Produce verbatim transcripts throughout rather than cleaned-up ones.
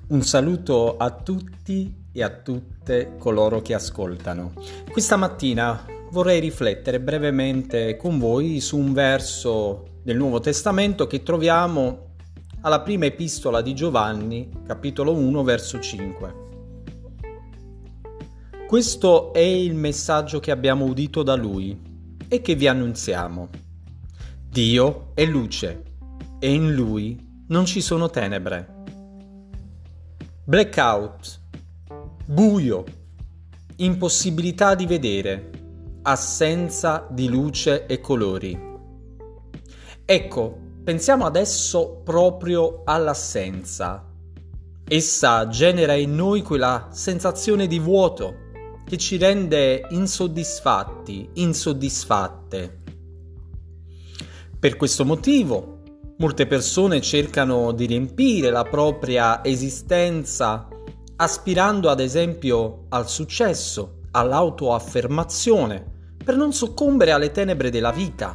Un saluto a tutti e a tutte coloro che ascoltano. Questa mattina vorrei riflettere brevemente con voi su un verso del Nuovo Testamento che troviamo alla prima epistola di Giovanni, capitolo uno, verso cinque. Questo è il messaggio che abbiamo udito da Lui e che vi annunziamo. Dio è luce e in Lui non ci sono tenebre. Blackout, buio, impossibilità di vedere, assenza di luce e colori. Ecco, pensiamo adesso proprio all'assenza. Essa genera in noi quella sensazione di vuoto che ci rende insoddisfatti, insoddisfatte. Per questo motivo, molte persone cercano di riempire la propria esistenza aspirando ad esempio al successo, all'autoaffermazione, per non soccombere alle tenebre della vita.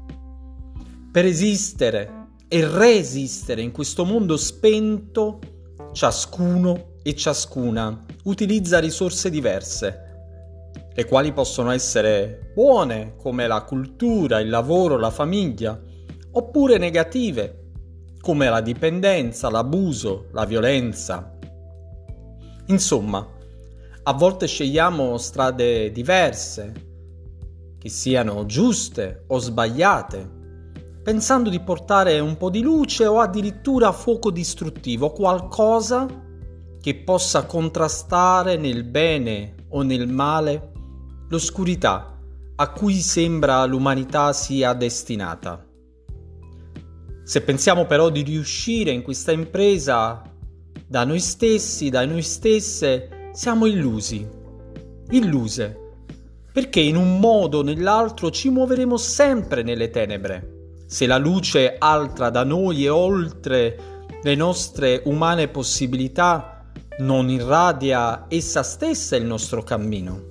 Per esistere e resistere in questo mondo spento, ciascuno e ciascuna utilizza risorse diverse, le quali possono essere buone come la cultura, il lavoro, la famiglia, oppure negative, come la dipendenza, l'abuso, la violenza. Insomma, a volte scegliamo strade diverse, che siano giuste o sbagliate, pensando di portare un po' di luce o addirittura fuoco distruttivo, qualcosa che possa contrastare nel bene o nel male l'oscurità a cui sembra l'umanità sia destinata. Se pensiamo però di riuscire in questa impresa da noi stessi, da noi stesse, siamo illusi, illuse, perché in un modo o nell'altro ci muoveremo sempre nelle tenebre. Se la luce altra da noi e oltre le nostre umane possibilità non irradia essa stessa il nostro cammino.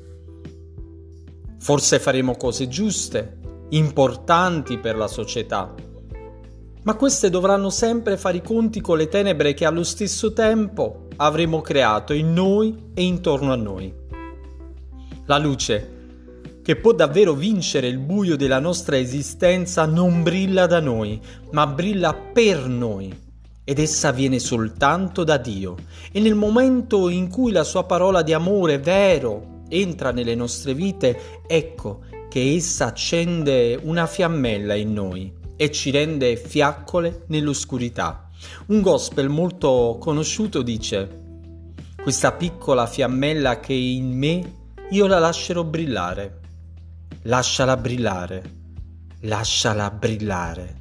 Forse faremo cose giuste, importanti per la società, ma queste dovranno sempre fare i conti con le tenebre che allo stesso tempo avremo creato in noi e intorno a noi. La luce, che può davvero vincere il buio della nostra esistenza, non brilla da noi, ma brilla per noi, ed essa viene soltanto da Dio. E nel momento in cui la sua parola di amore vero entra nelle nostre vite, ecco che essa accende una fiammella in noi e ci rende fiaccole nell'oscurità. Un gospel molto conosciuto dice: questa piccola fiammella che è in me, io la lascerò brillare. Lasciala brillare, lasciala brillare.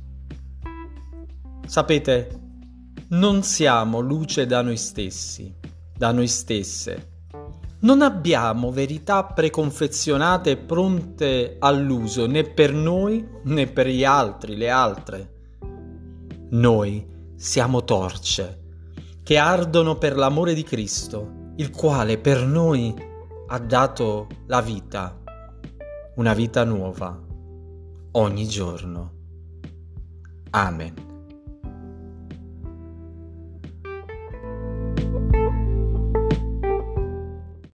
Sapete, non siamo luce da noi stessi, da noi stesse. Non abbiamo verità preconfezionate e pronte all'uso né per noi né per gli altri, le altre. Noi siamo torce che ardono per l'amore di Cristo, il quale per noi ha dato la vita, una vita nuova, ogni giorno. Amen.